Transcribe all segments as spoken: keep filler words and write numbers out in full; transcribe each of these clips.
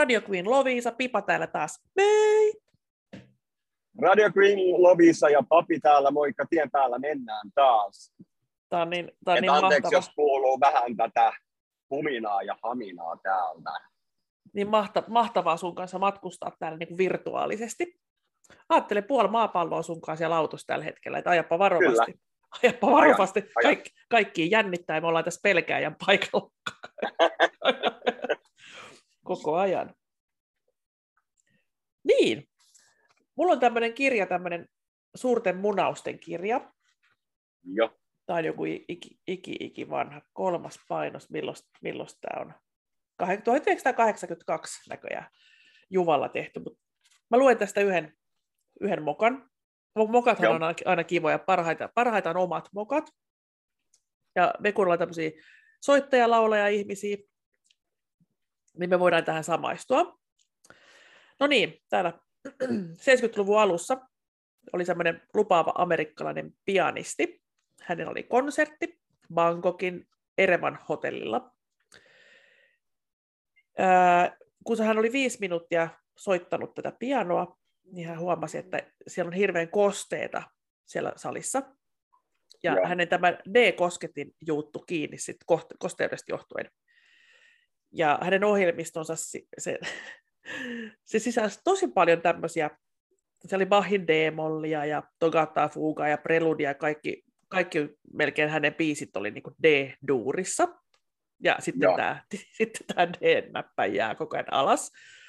Radio Queen Loviisa, Pipa täällä taas. Mei! Radio Queen Loviisa ja Papi täällä, moikka, tien päällä mennään taas. Tää on niin, tää on niin anteeksi, mahtava. jos kuuluu vähän tätä huminaa ja haminaa täältä. Niin mahta, mahtavaa sun kanssa matkustaa täällä niin kuin virtuaalisesti. Ajattele puoli maapalloa sun kanssa siellä autossa tällä hetkellä, että ajappa varovasti. Kyllä. Ajappa varovasti. Ajan, ajan. Kaikki, kaikki jännittää ja me ollaan tässä pelkääjän paikalla. Koko ajan. Niin. Mulla on tämmöinen kirja, tämmöinen suurten munausten kirja. Joo. Tämä on joku iki, iki, iki vanha kolmas painos. Milloin, milloin tämä on? tuhatyhdeksänsataakahdeksankymmentäkaksi näköjään Juvalla tehty. Mut mä luen tästä yhden, yhden mokan. Mokathan Joo. on aina kivoja. Parhaita, parhaita on omat mokat. Ja me kun ollaan tämmöisiä soittajalaulaja ihmisiä, niin me voidaan tähän samaistua. No niin, täällä seitsemänkymmentäluvun alussa oli semmoinen lupaava amerikkalainen pianisti. Hänellä oli konsertti Bangkokin Erevan hotellilla. Ää, kun hän oli viisi minuuttia soittanut tätä pianoa, niin hän huomasi, että siellä on hirveän kosteita siellä salissa. Ja Joo. hänen tämä D-kosketin juuttu kiinni sit kosteudesta johtuen. Ja hänen ohjelmistonsa se, se sisälsi tosi paljon tämmöisiä, se oli Bachin D-mollia ja Toccata fugaa ja preludia ja kaikki, kaikki melkein hänen biisit oli niin kuin D-duurissa. Ja sitten tämä, sitten tämä D-näppä jää koko ajan alas.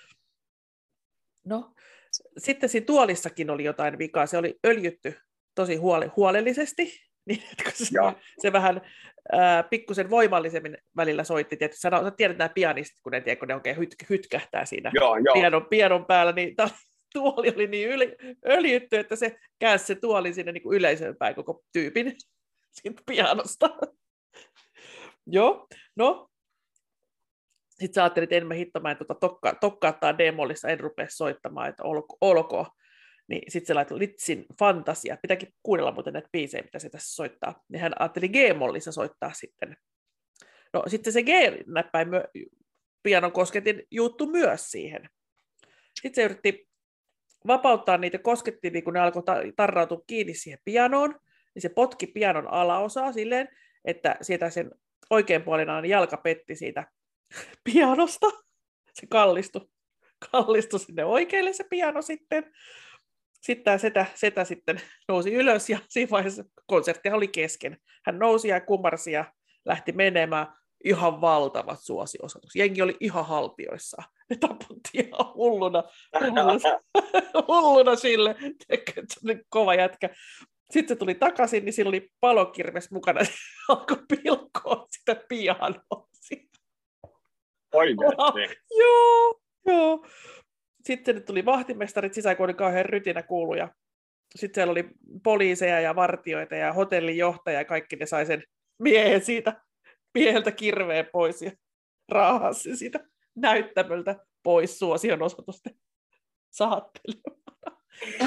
No, sitten siinä tuolissakin oli jotain vikaa. Se oli öljytty tosi huole, huolellisesti, niin että kun se, se vähän ää, pikkusen voimallisemmin välillä soitti. Tietysti, sä, sä tiedät nämä pianistit, kun ne, tiedät, kun ne oikein hyt, hytkähtää siinä joo, joo. Pianon, pianon päällä, niin tämä tuoli oli niin yli, öljytty, että se käänsi se tuoli sinne niin kuin yleisön päin koko tyypin siitä pianosta. Joo, no. Sitten sä ajattelit, että en mä hittämään tuota tokka, tokkaattaa D-mollissa, en rupea soittamaan, että olko. olko. Niin sitten se laittoi Litzin Fantasia, pitääkin kuunnella muuten näitä biisejä, mitä se tässä soittaa. Niin hän ajatteli G-mollissa soittaa sitten. No sitten se G-näppäin pianon kosketin juuttu myös siihen. Sitten se yritti vapauttaa niitä koskettimia, kun ne alkoi tarrautua kiinni siihen pianoon, niin se potki pianon alaosaa silleen, että sieltä sen oikeanpuolinen jalka petti siitä pianosta. Se kallistui, kallistui sinne oikealle se piano sitten. Sitten tämä setä, setä sitten nousi ylös ja siinä vaiheessa konserttihan oli kesken. Hän nousi ja kumarsi ja lähti menemään. Ihan valtavat suosio-osoitukset. Jengi oli ihan haltioissaan. Ne taputti ihan hulluna, hulluna, hulluna sille. Se oli kova jätkä. Sitten se tuli takaisin, niin sillä oli palokirves mukana. Se alkoi pilkkoa sitä pianoa. Oikeasti? Joo, joo. Sitten tuli vahtimestarit sisään, kun oli kauhean rytinä kuulu. Ja sitten siellä oli poliiseja ja vartioita ja hotellinjohtaja ja kaikki ne sai sen miehen siitä mieheltä kirveen pois ja raahasi siitä näyttämöltä pois suosion osoitusten saattelemana.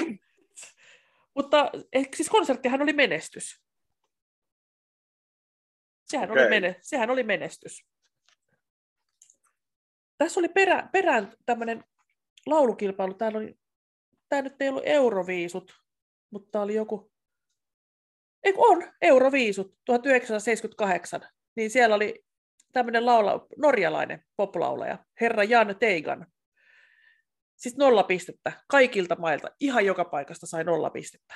Mutta siis konserttihan oli menestys. Sehän, okay. oli, mene, sehän oli menestys. Tässä oli perä, perään tämmöinen laulukilpailu. Täällä oli, tämä nyt ei ollut Euroviisut, mutta tämä oli joku, eikö on, Euroviisut tuhatyhdeksänsataaseitsemänkymmentäkahdeksan. Niin siellä oli tämmöinen laula, norjalainen poplaulaja, herra Jan Teigan. Siis nolla pistettä, kaikilta mailta, ihan joka paikasta sai nolla pistettä.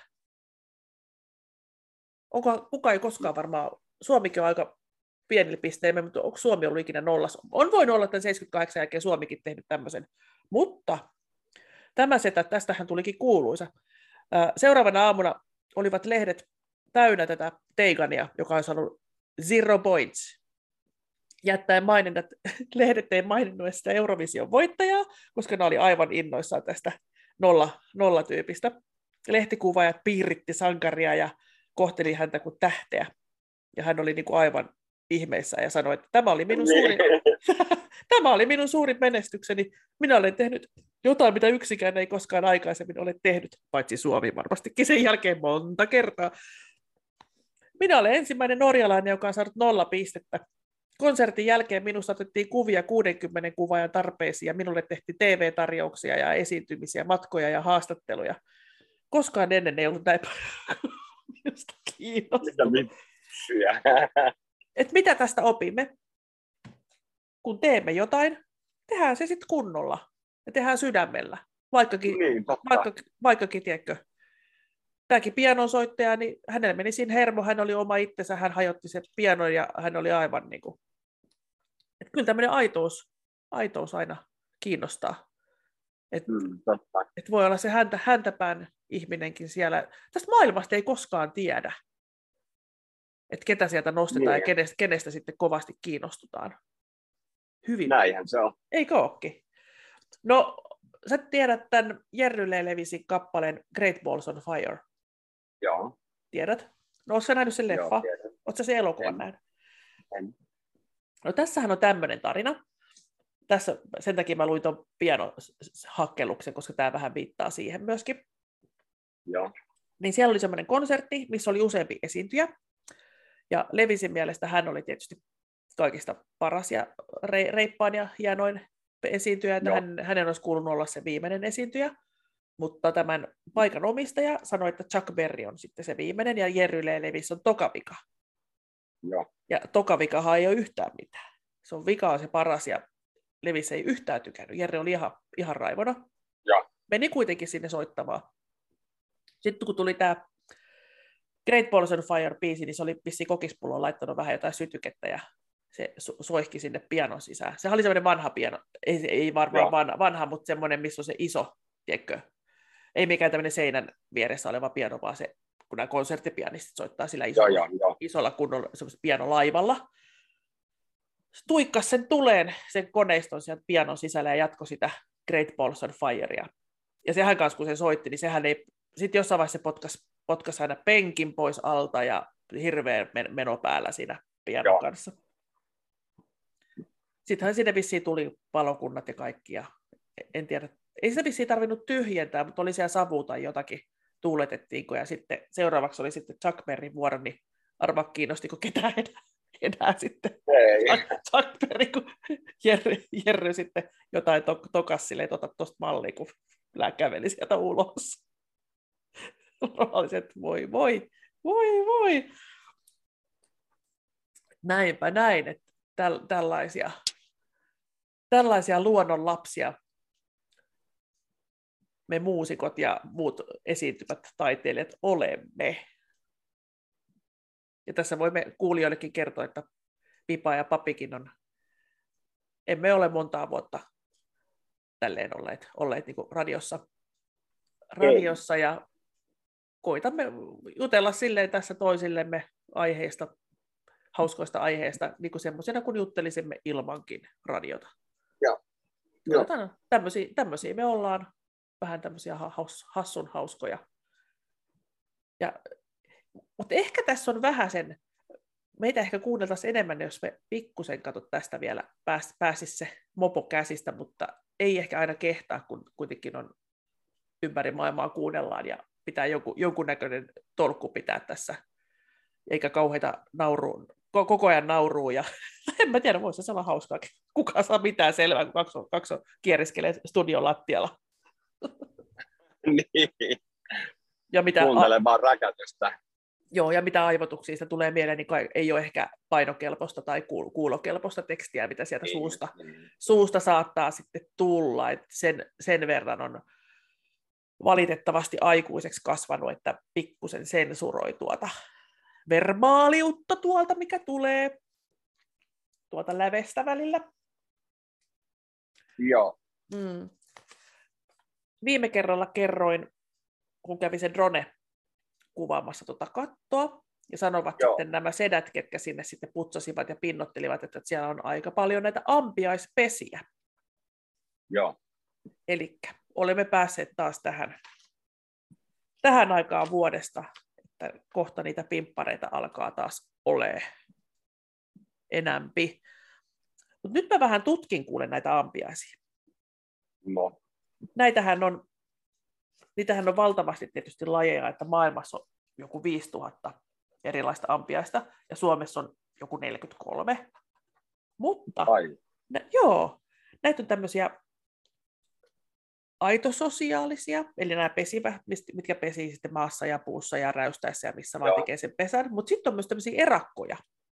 Onko, kukaan ei koskaan varmaan, Suomikin on aika pienillä pisteillä, mutta onko Suomi ollut ikinä nollassa? On voinut olla tämän seitsemänkymmentäkahdeksan jälkeen Suomikin tehnyt tämmöisen. Mutta tämä setä, tästähän tulikin kuuluisa. Seuraavana aamuna olivat lehdet täynnä tätä Teigania, joka on saanut zero points. Jättäen maininnat, lehdet ei maininnut sitä Eurovision voittajaa, koska ne oli aivan innoissaan tästä nolla, nollatyypistä. Lehtikuvaajat piiritti sankaria ja kohteli häntä kuin tähteä. Ja hän oli niin kuin aivan ihmeissään ja sanoi, että tämä oli minun suurin, tämä oli minun suurin menestykseni. Minä olen tehnyt jotain, mitä yksikään ei koskaan aikaisemmin ole tehnyt, paitsi Suomi varmastikin sen jälkeen monta kertaa. Minä olen ensimmäinen norjalainen, joka on saanut nolla pistettä konsertin jälkeen minusta otettiin kuvia kuudenkymmenen kuvaajan tarpeisiin ja minulle tehtiin T V-tarjouksia ja esiintymisiä, matkoja ja haastatteluja. Koskaan ennen ei ollut näin paljon minusta kiinnostunut. Et mitä tästä opimme? Kun teemme jotain, tehdään se sitten kunnolla ja tehdään sydämellä. Vaikkakin, niin, vaikkakin, vaikkakin tiedätkö, tämäkin pianonsoittaja, niin hänellä meni siinä hermo, hän oli oma itsensä, hän hajotti sen pianon ja hän oli aivan niin kuin... Että kyllä tämmöinen aitous, aitous aina kiinnostaa. Että mm, et voi olla se häntä, häntäpään ihminenkin siellä. Tästä maailmasta ei koskaan tiedä, että ketä sieltä nostetaan niin. Ja kenestä, kenestä sitten kovasti kiinnostutaan. Hyvin. Näinhän se on. Eikö ookin? No, sä tiedät tämän Jerry Lee Levisin kappaleen Great Balls on Fire. Joo. Tiedät? No, ootko sä nähnyt sen leffa? Joo, tiedän. Ootko sä sen elokuvan nähnyt? En. No, tässähän on tämmöinen tarina. Tässä, sen takia mä luin tuon pianohakkelluksen, koska tämä vähän viittaa siihen myöskin. Joo. Niin siellä oli semmoinen konsertti, missä oli useampi esiintyjä. Ja Levisin mielestä hän oli tietysti kaikista paras ja reippaan ja hienoin esiintyjä, että hän, hänen olisi kuulunut olla se viimeinen esiintyjä. Mutta tämän paikan omistaja sanoi, että Chuck Berry on sitten se viimeinen ja Jerry Lee Lewis on tokavika. Joo. Ja tokavikahan ei ole yhtään mitään. Se on vika on se paras ja Lewis ei yhtään tykännyt. Jerry oli ihan, ihan raivona. Joo. Meni kuitenkin sinne soittamaan. Sitten kun tuli tämä Great Balls on Fire-biisi, niin se oli vissiin kokispulloon laittanut vähän jotain sytykettä ja se soihki sinne pianon sisään. Se oli semmoinen vanha piano, ei, ei varmaan vanha, vanha, mutta semmoinen, missä on se iso, tiedätkö? Ei mikään tämmöinen seinän vieressä oleva piano, vaan se, kun nämä konserttipianistit soittaa sillä isolla, joo, joo. isolla kunnolla pianolaivalla. Se tuikkasi sen tuleen, sen koneiston sieltä pianon sisällä ja jatkoi sitä Great Balls on Firea. Ja sehän kanssa, kun se soitti, niin sehän ei, sitten jossain vaiheessa se potkasi, potkasi aina penkin pois alta ja hirveä meno päällä siinä pianon joo. kanssa. Sittenhän sinne vissiin tuli palokunnat ja kaikki, ja en tiedä, ei sitä vissiin tarvinnut tyhjentää, mutta oli siellä savu tai jotakin tuuletettiinko, ja sitten seuraavaksi oli sitten Chuck Berryn vuoro, niin arvaa kiinnostiko ketään enää, enää sitten Chuck, Chuck Berry, kun Jerry, Jerry sitten jotain to, tokas silleen, että ota tuosta mallia, kun käveli sieltä ulos. Olisin, että voi, voi, voi, voi. Näinpä näin, että täl, tällaisia, tällaisia luonnon lapsia me muusikot ja muut esiintyvät taiteilijat olemme. Ja tässä voimme kuulijoillekin kertoa, että Pipa ja Papikin on, emme ole montaa vuotta tälleen olleet, olleet niin kuin radiossa, radiossa ja koitamme jutella silleen tässä toisillemme aiheista, hauskoista aiheista, niin kuin semmoisena, kun juttelisimme ilmankin radiota. Joo. Joo. Tämmöisiä, tämmöisiä me ollaan, vähän tämmöisiä haus, hassun hauskoja. Ja, mutta ehkä tässä on vähän sen, meitä ehkä kuunneltaisiin enemmän, jos me pikkusen katsot tästä vielä pääs, pääsisi se mopo käsistä, mutta ei ehkä aina kehtaa, kun kuitenkin on ympäri maailmaa kuunnellaan ja pitää joku, jonkunnäköinen tolkku pitää tässä, eikä kauheita nauruun, koko ajan nauruu. Ja en mä tiedä, voisi se olla hauskaakin. Kukaan saa mitään selvää, kun kakso, kakso kieriskelee studion lattialla. Niin. Ja mitä, kuuntele vaan räkätystä. Joo, ja mitä aivotuksia siitä tulee mieleen, niin ei ole ehkä painokelpoista tai kuulokelpoista tekstiä, mitä sieltä niin, suusta, niin. suusta saattaa sitten tulla. Et sen, sen verran on valitettavasti aikuiseksi kasvanut, että pikkusen sensuroi tuota verbaaliutta tuolta, mikä tulee tuolta lävestä välillä. Joo. Mm. Viime kerralla kerroin, kun kävi se drone kuvaamassa tuota kattoa, ja sanovat Joo. sitten nämä sedät, ketkä sinne sitten putsasivat ja pinnottelivat, että siellä on aika paljon näitä ampiaispesiä. Joo. Elikkä olemme päässeet taas tähän, tähän aikaan vuodesta, että kohta niitä pimppareita alkaa taas olemaan enämpi. Mut nyt mä vähän tutkin kuulen näitä ampiaisia. No. Näitähän on, niitähän on valtavasti tietysti lajeja, että maailmassa on joku viisituhatta erilaista ampiaista, ja Suomessa on joku neljäkymmentäkolme. Mutta, Ai. nä, joo, näitä on tämmöisiä aitososiaalisia, eli nämä pesivät, mitkä pesii sitten maassa ja puussa ja räystäessä ja missä vaan tekee sen pesän. Mutta sitten on myös tämmöisiä erakkoja,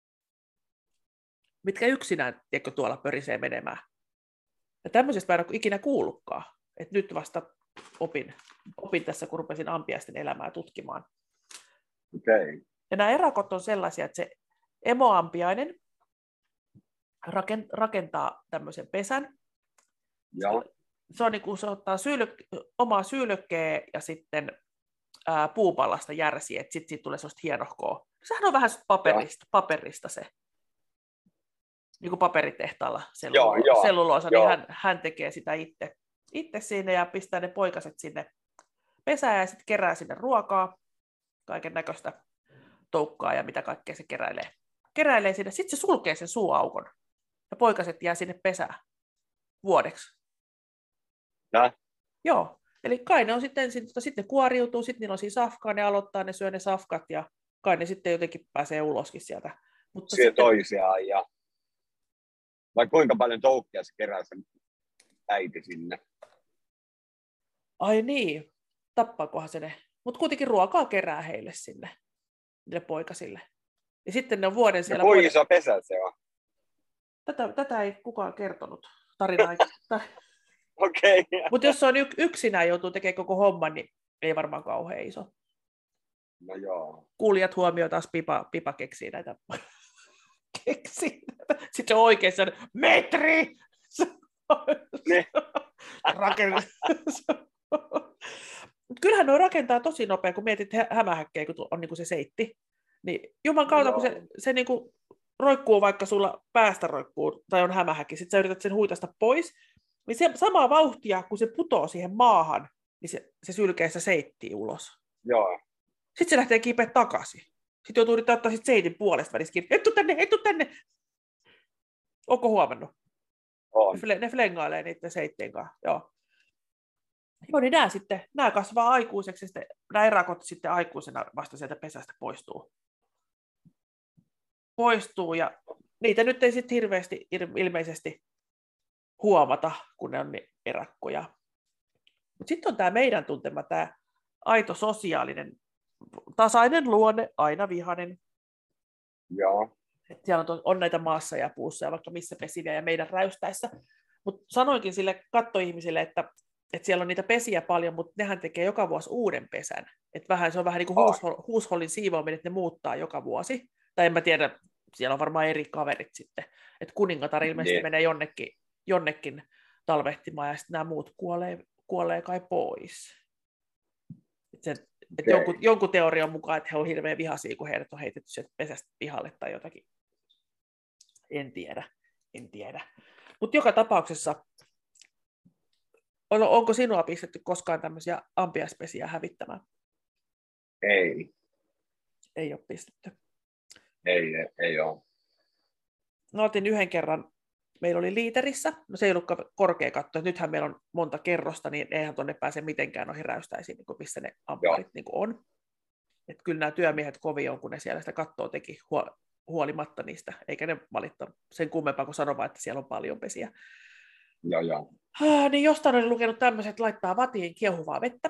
mitkä yksinään tiedätkö, tuolla pörisee menemään. Ja tämmöisestä mä en ole ikinä kuullutkaan. Et nyt vasta opin, opin tässä, kun rupesin ampiaisten elämää tutkimaan. Okay. Ja nämä erakot on sellaisia, että se emoampiainen rakentaa tämmöisen pesän. Joo. Se on niin kuin se ottaa syyly, omaa syylykkeä ja sitten ää, puupallasta järsiä, että sitten siitä tulee sellaista hienohkoa. Sehän on vähän paperista, paperista se. Niin kuin paperitehtaalla selluloosa, niin hän, hän tekee sitä itse, itse sinne ja pistää ne poikaset sinne pesään ja sitten kerää sinne ruokaa, kaiken näköistä toukkaa ja mitä kaikkea se keräilee. Keräilee sinne, sitten se sulkee sen suuaukon ja poikaset jää sinne pesään vuodeksi. Nä? Joo, eli kai ne on sitten, sitten kuoriutuu, sitten niillä on siinä safkaa, ne aloittaa, ne syö ne safkat ja kai ne sitten jotenkin pääsee uloskin sieltä. Mutta sitten toisiaan ja vai kuinka paljon toukkia se kerää sen äiti sinne? Ai niin, tappaakohan se ne. Mutta kuitenkin ruokaa kerää heille sinne, niille poikasille. Ja sitten ne on vuoden siellä... Ja kuinka vuoden... iso pesä se on? Tätä, tätä ei kukaan kertonut tarinaa. Okei. Okay. Mutta jos se on yksinään joutuu tekemään koko homman, niin ei varmaan kauhean iso. No joo. Kuulijat huomioon taas Pipa, Pipa keksii näitä. keksii näitä. Sitten se on oikein sen metri! Ne. Rakennus. Kyllähän ne rakentaa tosi nopea, kun mietit hämähäkkejä, kun on niin se seitti. Niin juman kautta, no kun se, se niin kuin roikkuu, vaikka sulla päästä roikkuu, tai on hämähäkki, sitten sä yrität sen huitasta pois, niin se samaa vauhtia, kun se putoo siihen maahan, niin se, se sylkee sitä seittiä ulos. Joo. Sitten se lähtee kiipeä takaisin. Sitten joutuu yrittää ottaa sit seitin puolesta välissä kiinni. Et tuu tänne, et tuu tänne! Onko huomannut? On. Ne, ne flengailee niiden seittien kanssa. Joo. Joo, niin nämä sitten, nämä kasvaa aikuiseksi, ja sitten nämä erakot sitten aikuisena vasta sieltä pesästä poistuu. Poistuu, ja niitä nyt ei sitten hirveästi ilmeisesti huomata, kun ne on niin erakkoja. Sitten on tämä meidän tuntema, tämä aito sosiaalinen, tasainen luonne, aina vihainen. Joo. Et siellä on, on näitä maassa ja puussa ja vaikka missä pesiviä ja meidän räystäissä. Mutta sanoinkin sille kattoihmisille, että, että siellä on niitä pesiä paljon, mutta nehän tekee joka vuosi uuden pesän. Et vähän, se on vähän niin kuin huushol, huushollin siivoaminen, että ne muuttaa joka vuosi. Tai en mä tiedä, siellä on varmaan eri kaverit sitten. Että kuningatar ilmeisesti ne menee jonnekin, jonnekin talvehtimaan ja sitten nämä muut kuolee, kuolee kai pois. Et sen, et okay. jonkun, jonkun teorian mukaan, että he on hirveän vihaisia, kun heidät on heitetty sieltä pesästä pihalle tai jotakin. En tiedä, en tiedä. Mutta joka tapauksessa, on, onko sinua pistetty koskaan tämmöisiä ampiaispesiä hävittämään? Ei. Ei ole pistetty. Ei, ei, ei ole. No, otin yhden kerran, meillä oli liiterissä, no se ei ollut korkea katto, nythän meillä on monta kerrosta, niin eihän tuonne pääse mitenkään noihin räystäisiin, niin missä ne amparit niin on. Et kyllä nämä työmiehet kovin on, kun ne siellä sitä kattoa teki huolimatta niistä, eikä ne valittanut sen kummempaa kuin sanomaan, että siellä on paljon pesiä. Joo, joo. Ah, niin jostain olen lukenut tämmöiset, että laittaa vatiin kiehuvaa vettä.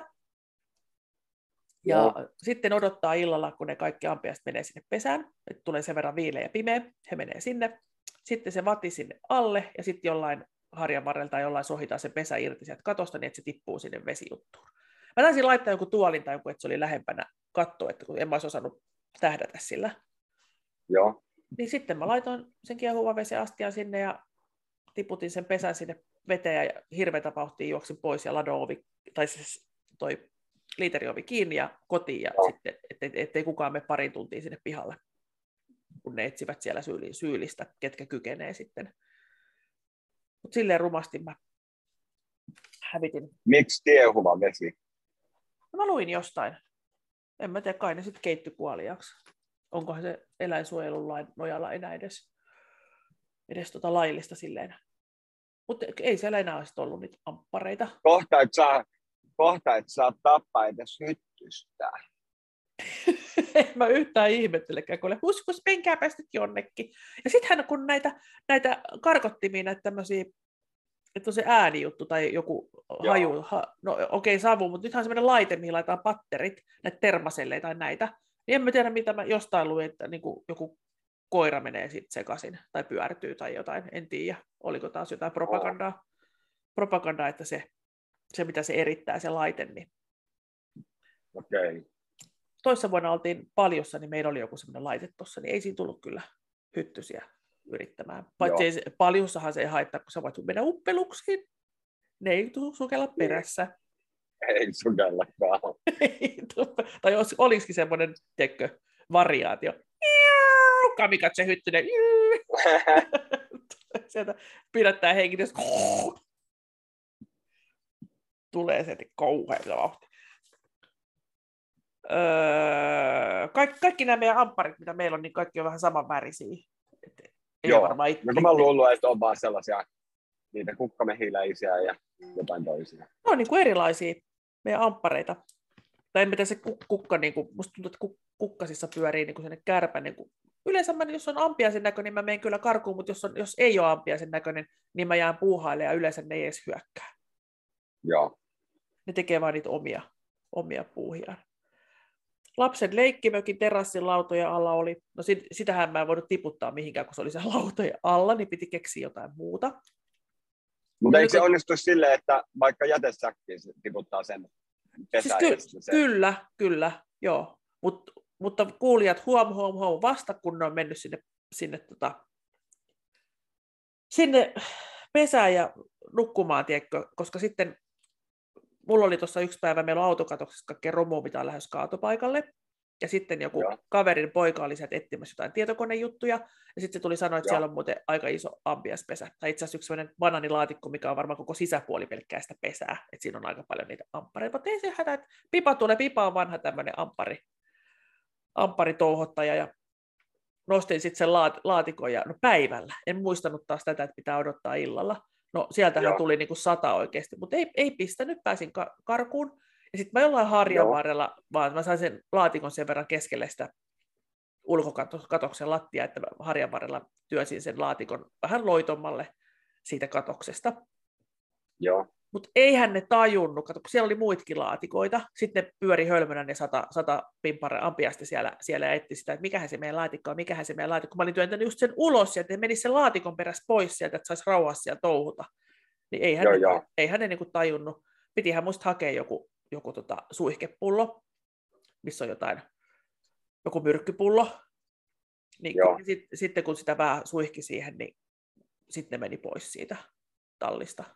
Ja joo. Sitten odottaa illalla, kun ne kaikki ampiaiset menee sinne pesään, että tulee sen verran viileä ja pimeä, he menee sinne. Sitten se vati sinne alle ja sitten jollain harjan varrella tai jollain sohitaan se pesä irti sieltä katosta niin, että se tippuu sinne vesijuttuun. Mä taisin laittaa jonkun tuolin tai jonkun, että se oli lähempänä kattoa, että kun en mä olisi osannut tähdätä sillä. Joo. Niin sitten mä laitoin sen kiehuvan vesiastian sinne ja tiputin sen pesän sinne veteen ja hirveätä vauhtia juoksin pois ja ladon ovi, tai siis toi liiteriovi kiinni ja kotiin ja no. sitten, ettei, ettei kukaan mene pari tuntia sinne pihalle, kun ne etsivät siellä syyllistä, ketkä kykenee sitten. Mutta silleen rumasti mä hävitin. Miksi kiehuva vesi? No, mä luin jostain. En mä tiedä, kai ne sitten keitty kuoliaaksi. Onkohan se eläinsuojelulain nojalla enää edes, edes tota laillista silleen. Mutta ei siellä enää olisi ollut niitä amppareita. Kohta et saa, kohta et saa tappaa edes hyttystä. En mä yhtään ihmettelekään, kun hus, hus, menkää päästet jonnekin. Ja sittenhän kun näitä, näitä karkottimia, näitä tämmöisiä, että on se äänijuttu tai joku Joo. haju, ha, no okei okay, savu, mutta nythän on semmoinen laite, mihin laitetaan patterit, näitä termaselleja tai näitä, niin en mä tiedä, mitä mä jostain luin, että niin kuin joku koira menee sitten sekaisin tai pyörtyy tai jotain, en tiedä, oliko taas jotain propagandaa, oh. propagandaa että se, se, mitä se erittää, se laite, niin okei. Okay. Toissa vuonna oltiin Paljossa, niin meillä oli joku semmoinen laite tuossa, niin ei siinä tullut kyllä hyttysiä yrittämään. Paitsi ei, Paljossahan se ei haittaa, kun sä voit mennä uppeluksiin. Ne ei tule sukella perässä. Ei sukellakaan. Tai jos olisikin semmoinen, tekkö, variaatio. Kamikatse hyttynen. Sieltä pidättää hengitys. Tulee sieltä kauhean vauhti. Öö, kaikki, kaikki nämä meidän ampparit, mitä meillä on, niin kaikki on vähän samanvärisiä. Et ei Joo, varmaan it- no kun mä luulen, että on vaan sellaisia niitä kukkamehiläisiä ja jotain toisia. Ne on niin kuin erilaisia meidän amppareita. Tai en tiedä se kukka, niin kuin, musta tuntuu, että kukkasissa pyörii niin kuin sellainen kärpä. Niin kuin, yleensä mä, jos on ampiaisen näköinen, niin mä menen kyllä karkuun, mutta jos, on, jos ei ole ampiaisen näköinen, niin mä jään puuhailemaan ja yleensä ne ei edes hyökkää. Joo. Ne tekee vaan niitä omia, omia puuhiaan. Lapsen leikkimökin terassin lautojen alla oli, no sit, sitähän mä en voinut tiputtaa mihinkään, kun se oli se lautojen alla, niin piti keksiä jotain muuta. Mutta eikö se onnistu silleen, että vaikka jätesäkkiin se tiputtaa sen pesään? Siis ky- se... Kyllä, kyllä, joo. Mut, mutta kuulijat huom, huom, huom, vasta kun ne on mennyt sinne, sinne, tota, sinne pesään ja nukkumaan, tiedätkö, koska sitten mulla oli tuossa yksi päivä, meillä on autokatoksessa kaikkea romua, mitä on lähes kaatopaikalle. Ja sitten joku Joo. kaverin poika oli sieltä etsimässä jotain tietokonejuttuja. Ja sitten se tuli sanoa, että Joo. siellä on muuten aika iso ampiaspesä. Tai itse asiassa yksi sellainen bananilaatikko, mikä on varmaan koko sisäpuoli pelkkää sitä pesää. Että siinä on aika paljon niitä amppareita. Mutta ei se hätä, että Pipa tulee. Pipa on vanha tämmöinen amppari, ampparitouhottaja. Ja nostin sitten sen laat, laatikon ja no päivällä. En muistanut taas tätä, että pitää odottaa illalla. No sieltähän Joo. tuli niinku sata oikeasti, mutta ei, ei pistänyt, pääsin ka- karkuun. Ja sitten mä jollain harjan varrella, vaan mä sain sen laatikon sen verran keskelle sitä ulkokatoksen lattia, että mä harjan varrella työsin sen laatikon vähän loitommalle siitä katoksesta. Joo. Mutta eihän ne tajunnut, kato, kun siellä oli muitakin laatikoita, sitten ne pyöri hölmönä ne sata, sata pimpare ampiasti siellä, siellä ja etsi sitä, että mikähän se meidän laatikko on, mikähän se meidän laatikko. Mä olin työntänyt just sen ulos sieltä, että menisi sen laatikon perässä pois sieltä, että saisi rauhassa siellä touhuta. Niin eihän, joo, ne, joo. eihän ne niinku tajunnut. Pitihän musta hakea joku, joku tota suihkepullo, missä on jotain, joku myrkkypullo. Niin kun, sit, sitten kun sitä vähän suihki siihen, niin sitten ne meni pois siitä tallista.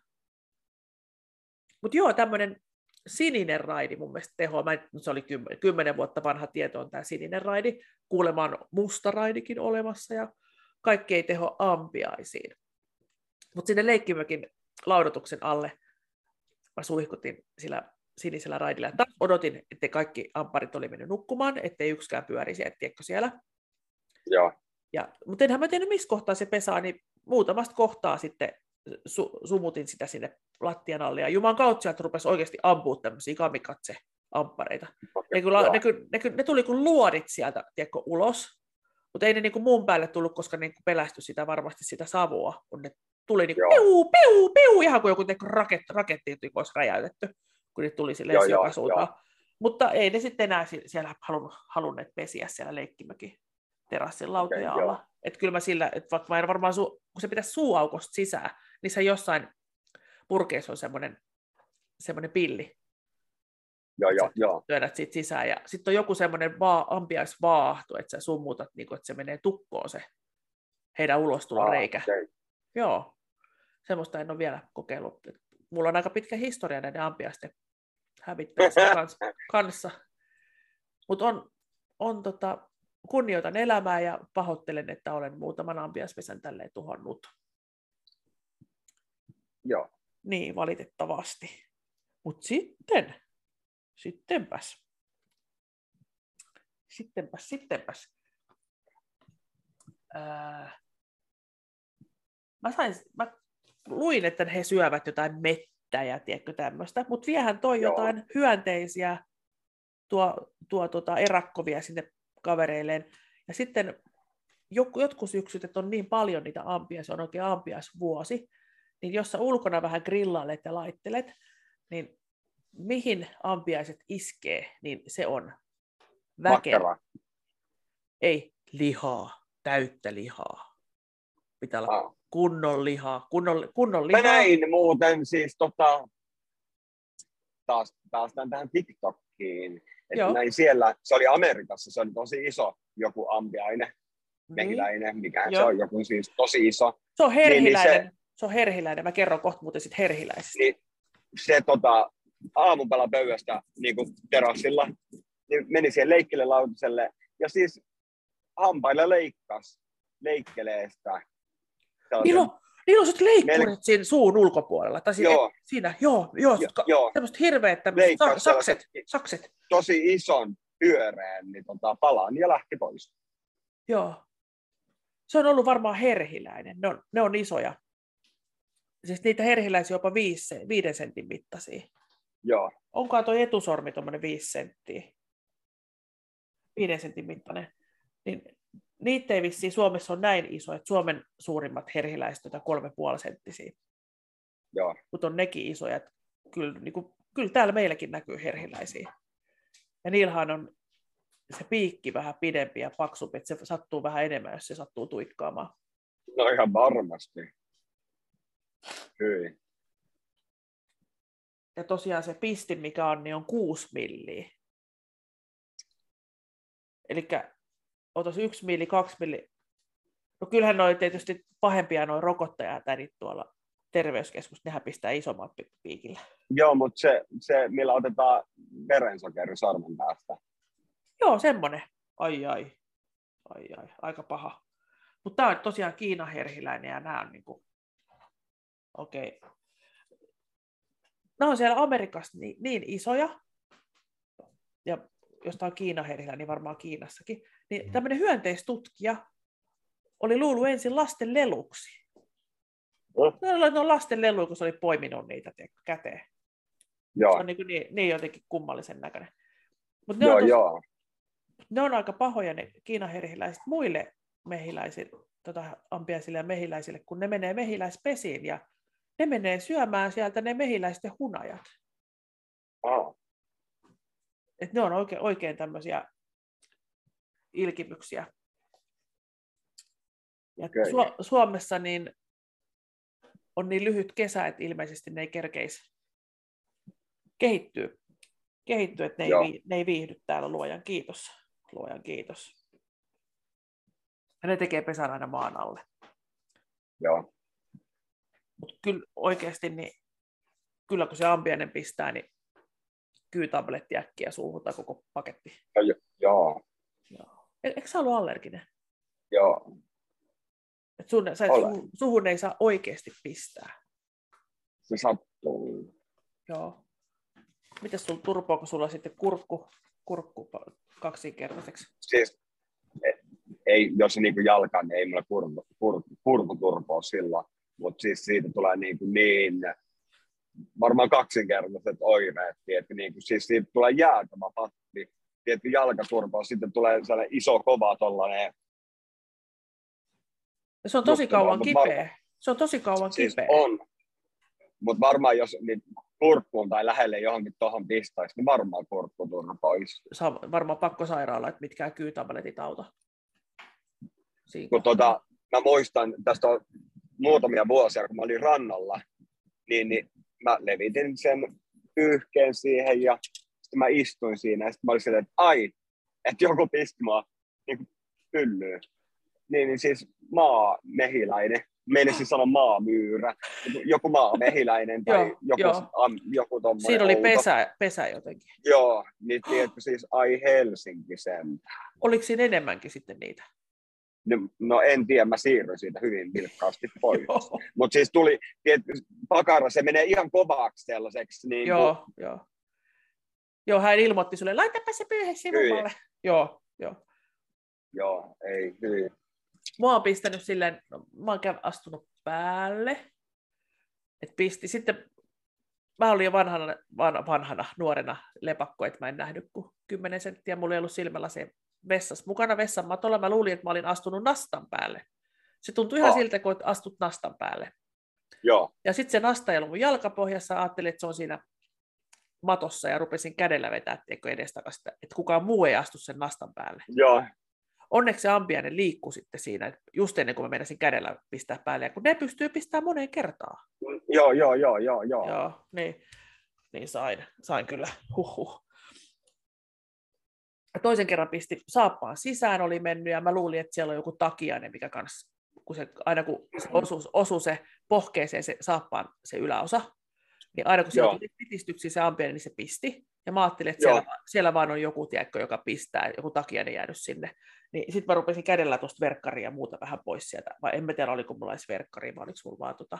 Mutta joo, tämmöinen sininen raidi mun mielestä tehoa. Mä, se oli kymmenen, kymmenen vuotta vanha tieto on tämä sininen raidi. Kuulemma on musta raidikin olemassa ja kaikki ei teho ampiaisiin. Mutta sinne leikkimökin laudotuksen alle mä suihkutin sillä sinisellä raidilla. Ja taas odotin, että kaikki ampparit oli mennyt nukkumaan, ettei yksikään pyörisi, etteikö siellä. Joo. Ja, mutta enhän mä tiennyt, missä kohtaa se pesää, niin muutamasta kohtaa sitten su- sumutin sitä sinne lattian alle. Ja Juman kautta sieltä rupesi oikeasti ampua tämmöisiä kamikatse-amppareita. Ne, kyllä, ne, ne, ne tuli kuin luodit sieltä, tiedätkö, ulos. Mutta ei ne niin kuin mun päälle tullut, koska ne niin pelästyi sitä varmasti sitä savua, kun ne tuli niin kuin piu, piu, piu, ihan kuin joku raket, raketti olisi räjäytetty, kun ne tuli silleen joka suuntaan. Mutta ei ne sitten enää siellä halunneet pesiä siellä leikkimökin terassin lautoja okay, alla. Että kyllä mä sillä, että vaikka mä en varmaan, su, kun se pitäisi suuaukosta sisään, niin se jossain purkeissa on semmoinen, semmoinen pilli. Joo, joo, joo. Työnnät siitä sisään. Ja sitten on joku semmoinen va- ampiaisvaahto, että sä summutat, niin kun, että se menee tukkoon se heidän ulostuloreikä. Ah, okay. Joo, semmoista en ole vielä kokeillut. Mulla on aika pitkä historia näiden ampiaisten hävittämisen kanssa. Mutta on, on tota, kunnioitan elämää ja pahoittelen, että olen muutaman ampiaispesän tälleen tuhonnut. Joo. Niin, valitettavasti. Mutta sitten, sittenpäs, sittenpäs, sittenpäs. Ää, mä, sain, mä luin, että he syövät jotain mettä ja tiedätkö tämmöistä, mutta viehän toi Joo. jotain hyönteisiä tuo, tuo tota erakkovia sinne kavereilleen. Ja sitten jotkut syksyt, että on niin paljon niitä ampia, se on oikein ampiaisvuosi, niin jos sä ulkona vähän grillailet ja laittelet, niin mihin ampiaiset iskee, niin se on väkeä. Ei lihaa, täyttä lihaa. Pitää olla ah. kunnon lihaa, kunnon, kunnon lihaa. Mä näin muuten siis tota, taas, taas tähän TikTokkiin, että näin siellä, se oli Amerikassa, se oli tosi iso joku ampiainen, mehiläinen, mikä Joo. se on, joku siis tosi iso. Se on herhiläinen, niin, niin se, se on herhiläinen, mä kerron kohta muuten sit herhiläisestä. Niin, se tota, aamupala pöydästä niin kuin terassilla, niin meni siihen leikkelelautaselle, ja siis hampailla leikkas, leikkelee sitä. Niillä on, niillä on sit leikkurit mel... siinä suun ulkopuolella, tai siinä, joo. siinä, joo, joo, jo, joo. semmoiset hirveät tämmöiset sakset, sakset. Tosi ison pyöreän niin tota, palan ja lähti pois. Joo. Se on ollut varmaan herhiläinen, ne on, ne on isoja. Siis niitä herhiläisiä jopa viisi, viiden sentin mittaisia. Joo. Onkohan tuo etusormi tuommoinen viisi senttiä? Viiden sentin mittainen. Niin niitä ei vissiin Suomessa on näin iso, että Suomen suurimmat herhiläiset on kolme puoli senttisiä. Joo. Mutta on nekin isoja. Että kyllä, niin kuin, kyllä täällä meilläkin näkyy herhiläisiä. Ja niillähän on se piikki vähän pidempi ja paksumpi, että se sattuu vähän enemmän, jos se sattuu tuikkaamaan. No ihan varmasti. Hyi. Ja tosiaan se pistin, mikä on, niin on kuusi milliä. Elikkä otas yksi milli, kaksi milli. No kyllähän noi tietysti pahempia noi rokottajatädit tuolla terveyskeskus, nehän pistää isommat piikillä. Joo, mutta se, se, millä otetaan verensokeri sormen päästä. Joo, semmoinen. Ai ai. Ai ai, aika paha. Mutta tämä on tosiaan Kiinan herhiläinen ja nämä on niinku, okei. Okay. Nämä on siellä Amerikassa niin, niin isoja, ja jos tämä on Kiinan herhiläinen, niin varmaan Kiinassakin, niin tämmöinen hyönteistutkija oli luullut ensin lasten leluksi. No, no lasten leluja, kun se oli poiminut niitä tiedätkö, käteen. Joo. Se on niin, niin, niin jotenkin kummallisen näköinen. Mut ne, joo, on tos, joo. ne on aika pahoja ne Kiinan herhiläiset muille mehiläisille, tota, ampiaisille ja mehiläisille, kun ne menee mehiläispesiin ja ne menee syömään sieltä ne mehiläisten hunajat. Oh. Et ne on oikein, oikein tämmöisiä ilkimyksiä. Ja okay. Su- Suomessa niin on niin lyhyt kesä, että ilmeisesti ne ei kerkeisi kehittyä, kehittyä että ne ei, vi- ne ei viihdy täällä, luojan kiitos. Luojan kiitos. Ja ne tekee pesän aina maan alle. Joo. Mutta kyllä oikeasti, niin, kyllä kun se ampiainen pistää, niin kyytabletti äkkiä suuhun tai koko paketti. Jo, joo. Joo. E- eikö sä ollut allerginen? Joo. Et sun, sä, su, suhun ei saa oikeasti pistää. Se sattuu. Joo. Mitäs sulla turpoako sulla sitten kurkku, kurkku kaksinkertaiseksi? Siis ei, jos se niinku jalkaan, niin ei mulla kurku, kurku, kurku turpoa silloin. Mutta siis siitä tulee niinku niin, varmaan kaksinkertaiset oireet. Tietysti, niinku, siis siitä tulee jäätävä patti. Tietysti jalkaturpoa, sitten tulee sellainen iso kova tollainen. Se on tosi Nuttava, kauan kipeä. Varma, se on tosi kauan siis kipeä. On. Mutta varmaan jos niin kurkkuun tai lähelle johonkin tuohon pistäisi, niin varmaan kurkku turpoisi. Se on varmaan pakko sairaala, että mitkään kyytabletit auta. Kun tota, mä muistan, tästä on muutamia vuosia, kun mä olin rannalla, niin, niin mä levitin sen pyyhkeen siihen ja sitten mä istuin siinä ja sitten mä olin silleen, että ai, että joku pisti mua niin pyllyyn. Niin, niin siis maamehiläinen, meinasin sanoa maamyyrä, joku maamehiläinen tai joo, joku, joo. Am, joku tommoinen. Siinä oli pesä, pesä jotenkin. Joo, niin tiedätkö siis ai Helsinki sen. Oliko siinä enemmänkin sitten niitä? No, no en tiedä, mä siirryin siitä hyvin vilkkaasti pois. Mutta siis tuli, tiedätkö, pakara, se menee ihan kovaksi sellaiseksi. Niin joo, kun... joo. Joo, hän ilmoitti sulle, laitapa se pyyhe sinulle. Joo, joo. Joo, ei, hyi. Mua on pistänyt silleen, no, mä oon astunut päälle, että pisti sitten, mä olin jo vanhana, van, vanhana nuorena lepakko, että mä en nähnyt kuin kymmenen senttiä. Mulla ei ollut silmällä se vessassa mukana vessan matolla. Mä luulin, että mä olin astunut nastan päälle. Se tuntui ihan oh. siltä, kun astut nastan päälle. Joo. Ja sitten se nasta ei ollut mun jalkapohjassa. Ajattelin, että se on siinä matossa ja rupesin kädellä vetää edestakaisin, että kukaan muu ei astu sen nastan päälle. Joo. Onneksi se ampiainen liikkui sitten siinä, just ennen kuin mä menisin kädellä pistää päälle, ja kun ne pystyy pistämään moneen kertaan. Joo, joo, joo, joo. Joo, joo niin, niin sain, sain kyllä, huhhuh. Toisen kerran pisti saappaan sisään, oli mennyt, ja mä luulin, että siellä on joku takiainen, mikä kanssa, kun se, aina kun se osui, osui se pohkeeseen se saappaan se yläosa, niin aina kun siellä tuli pitistyksiä se ampiainen, niin se pisti. Ja mä ajattelin, että siellä, siellä vaan on joku, tiedätkö, joka pistää, joku takiainen jäänyt sinne. Niin sitten mä rupesin kädellä tuosta verkkaria ja muuta vähän pois sieltä. Vai en mä tiedä, oliko mulla edes verkkaria, vai oliko mulla vaan tota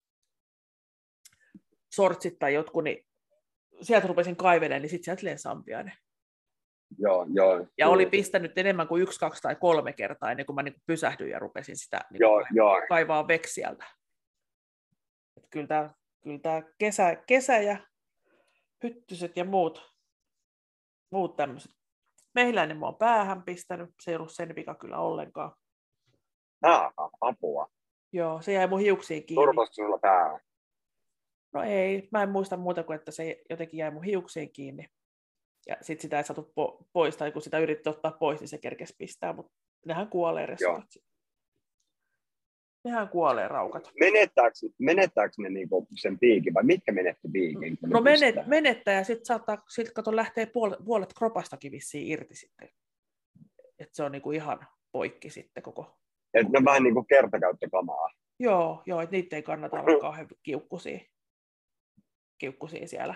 sortsit tai jotkut, niin sieltä rupesin kaivelemaan, niin sitten sieltä lensi ampiainen. Joo, joo. Ja oli pistänyt enemmän kuin yksi, kaksi tai kolme kertaa, ennen kuin mä niin pysähdyin ja rupesin sitä niin joo, kaivaa, joo. kaivaa veksi sieltä. Et kyllä tämä kyllä tää kesä, kesä ja hyttyset ja muut, muut tämmöiset. Mehiläinen mä oon päähän pistänyt, se ei ollut sen vika kyllä ollenkaan. Ah, apua. Joo, se jäi mun hiuksiin kiinni. Turvasi sulla päähän? No ei, mä en muista muuta kuin, että se jotenkin jäi mun hiuksiin kiinni. Ja sit sitä ei saatu po- pois, tai kun sitä yritti ottaa pois, niin se kerkesi pistää, mutta nehän kuolee resukat. Nehän kuolee raukat. Menettääkö, menettääkö ne niinku sen piikin, vai mitkä menetti piikin? No menet, menettää, ja sitten saattaa, sit kato lähtee puolet, puolet kropastakin vissiin irti sitten. Että se on niinku ihan poikki sitten koko. Että ne on vähän niin kuin kertakäyttökamaa. Joo, joo, että niitä ei kannata olla kauhean kiukkusia, kiukkusia siellä.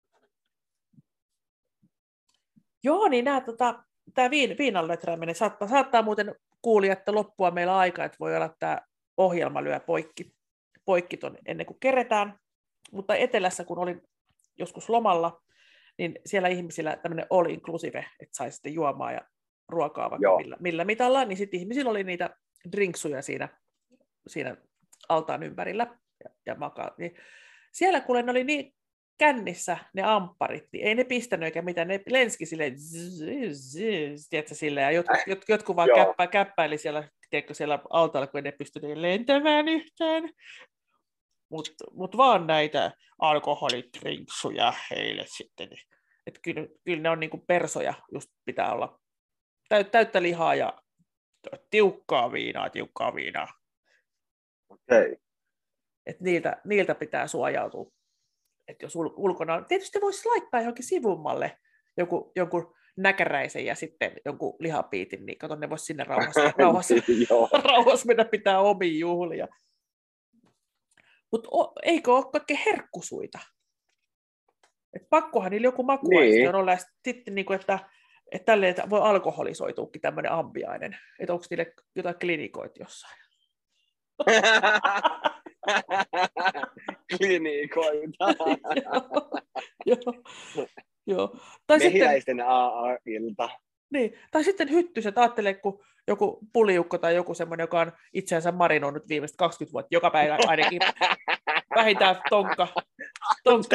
Joo, niin nämä, tota, tämä viin, viinan leträäminen saattaa, saattaa muuten kuulia, että loppua meillä aika, että voi olla, että tämä ohjelma lyö poikki, poikki ton ennen kuin keretään. Mutta etelässä, kun olin joskus lomalla, niin siellä ihmisillä tämmöinen all inclusive, että sai sitten juomaa ja ruokaa vaikka millä, millä mitalla, niin sitten ihmisillä oli niitä drinksuja siinä, siinä altaan ympärillä ja, ja makaa. Niin siellä kuule ne oli niin kännissä ne ampparit, niin ei ne pistänyt eikä mitään, ne lenski silleen, tiedätkö, silleen, ja jotkut, jot, jotkut vaan käppä, käppäili siellä, tiedätkö, siellä altaalla, kun ei ne pystynyt lentämään yhtään. Mutta mut vaan näitä alkoholitrinksuja heille sitten. Että kyllä, kyllä ne on niinku persoja, just pitää olla täyttä lihaa ja tiukkaa viinaa, tiukkaa viinaa. Okei. Et niiltä, niiltä pitää suojautua. Et jos ul- ulkona on, tietysti voisi laittaa johonkin sivummalle joku, jonkun näkäräisen ja sitten jonkun lihapiitin, niin kato, ne voisi sinne rauhassa, rauhassa, rauhassa mennä pitää omiin juhlia. Mutta eikö ole kaikkein herkkusuita? Et pakkohan niillä joku makuaisti niin on olla, sitten, niin kuin, että, että tälleen voi alkoholisoituukin tämmöinen ampiainen. Että onko niille jotain klinikoita jossain? Klinikoita. joo, joo. Tai mehiläisten sitten, A A-ilta. Niin, tai sitten hyttyset, ajattelee, kun joku puliukko tai joku semmoinen, joka on itseänsä marinoinut viimeiset kaksikymmentä vuotta, joka päivä ainakin vähintään tonkka, tonkka,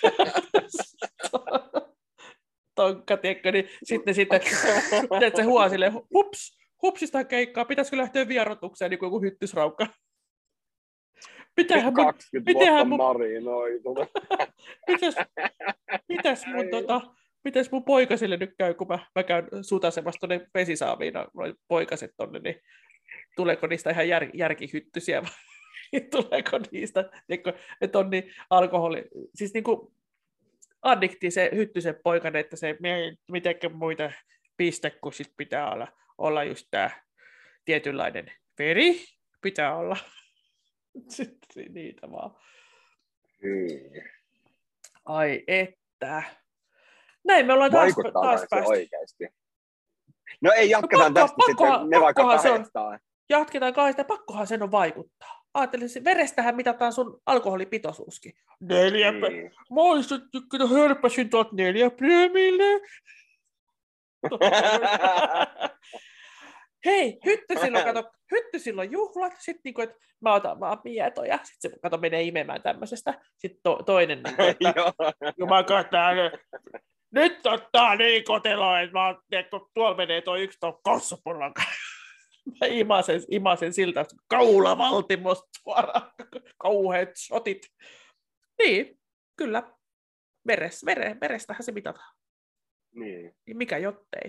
tonkka, tiedätkö, niin sitten, sitten se huoaa silleen, hups, hupsista keikkaa, pitäisikö lähteä vierotukseen, niin kuin joku hyttysraukka. Mitähän mun, kaksikymmentä vuotta marinoitu. mitäs, mitäs mun tota... Mites mun poikasille nyt käy, kun mä, mä käyn sutasemassa tuonne vesisaaviin, noin poikaset tonne, niin tuleeko niistä ihan jär, järkihyttysiä vai tuleeko niistä, että on niin alkoholi, siis niin kuin addikti se hyttysen poikane, että se mitenkään muita piste, kun sit pitää olla, olla just tää tietynlainen veri, pitää olla. Sitten niitä vaan. Hmm. Ai että. Näin me ollaan taas, taas päästy. Oikeasti? No ei, jatketaan no, pakko, tästä pakkohan, sitten, ne vaikka kahdestaan. Jatketaan kahdestaan, pakkohan sen on vaikuttaa. Ajattelin, verestähän mitataan sun alkoholipitoisuuskin. Neljä, niin. Muistat, kun hörpäsin tuot neljä promille. hei, Hytty silloin, kato, Hytty silloin juhlat, sitten niinku, että mä otan vaan mietoja, sitten se kato menee imemään tämmöisestä, sitten to, toinen, niinku, että jumakata, nyt ottaa niin koteloa, että mä kun tuolla menee toi yksi tuon kossupullon mä imasen, imasen siltä, että kaulavaltimosta suoraan, kauheat shotit. Niin, kyllä, veres, vere, verestähän se mitataan. Niin. Mikä jottei.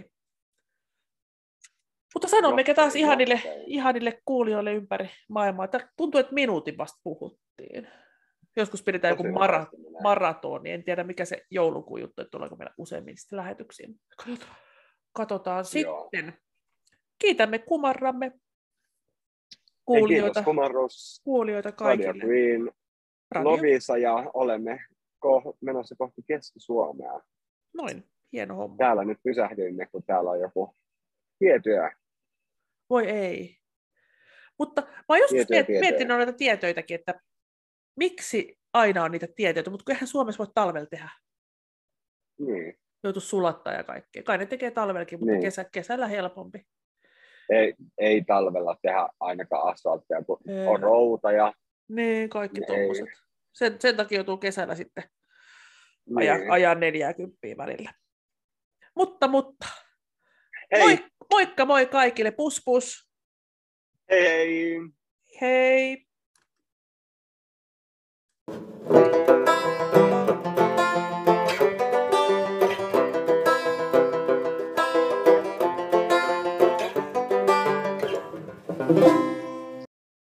Mutta sanommekin taas ihanille, ihanille kuulijoille ympäri maailmaa. Tuntuu, että minuutin vasta puhuttiin. Joskus pidetään joku mara, maratoni. En tiedä, mikä se joulukuun juttu, että tuleeko meillä useammin sitten lähetyksiä. Katsotaan, Katsotaan sitten. Kiitämme kumarramme kuulijoita, kumarrus, kuulijoita kaikille. Radio Green, Radio. Lovisa ja olemme ko- menossa kohti Keski-Suomea. Noin, hieno homma. Täällä nyt pysähdyimme, kun täällä on joku tietyö. Voi ei. Mutta mä oon joskus miet- miettinyt noita tietöitäkin, että miksi aina on niitä tietöitä, mutta eihän Suomessa voi talvella tehdä. Niin. Joutu sulattaa ja kaikkea. Kai ne tekee talvellakin, mutta niin. kesä, kesällä helpompi. Ei, ei talvella tehdä ainakaan asfalttia, kun ei. On routa ja... Niin, kaikki tuommoiset. Sen, sen takia joutuu kesällä sitten niin. ajaa, ajaa neljääkymppiä välillä. Mutta, mutta. Hei. Moi, moikka moi kaikille. Pus pus. Hei hei. Hei.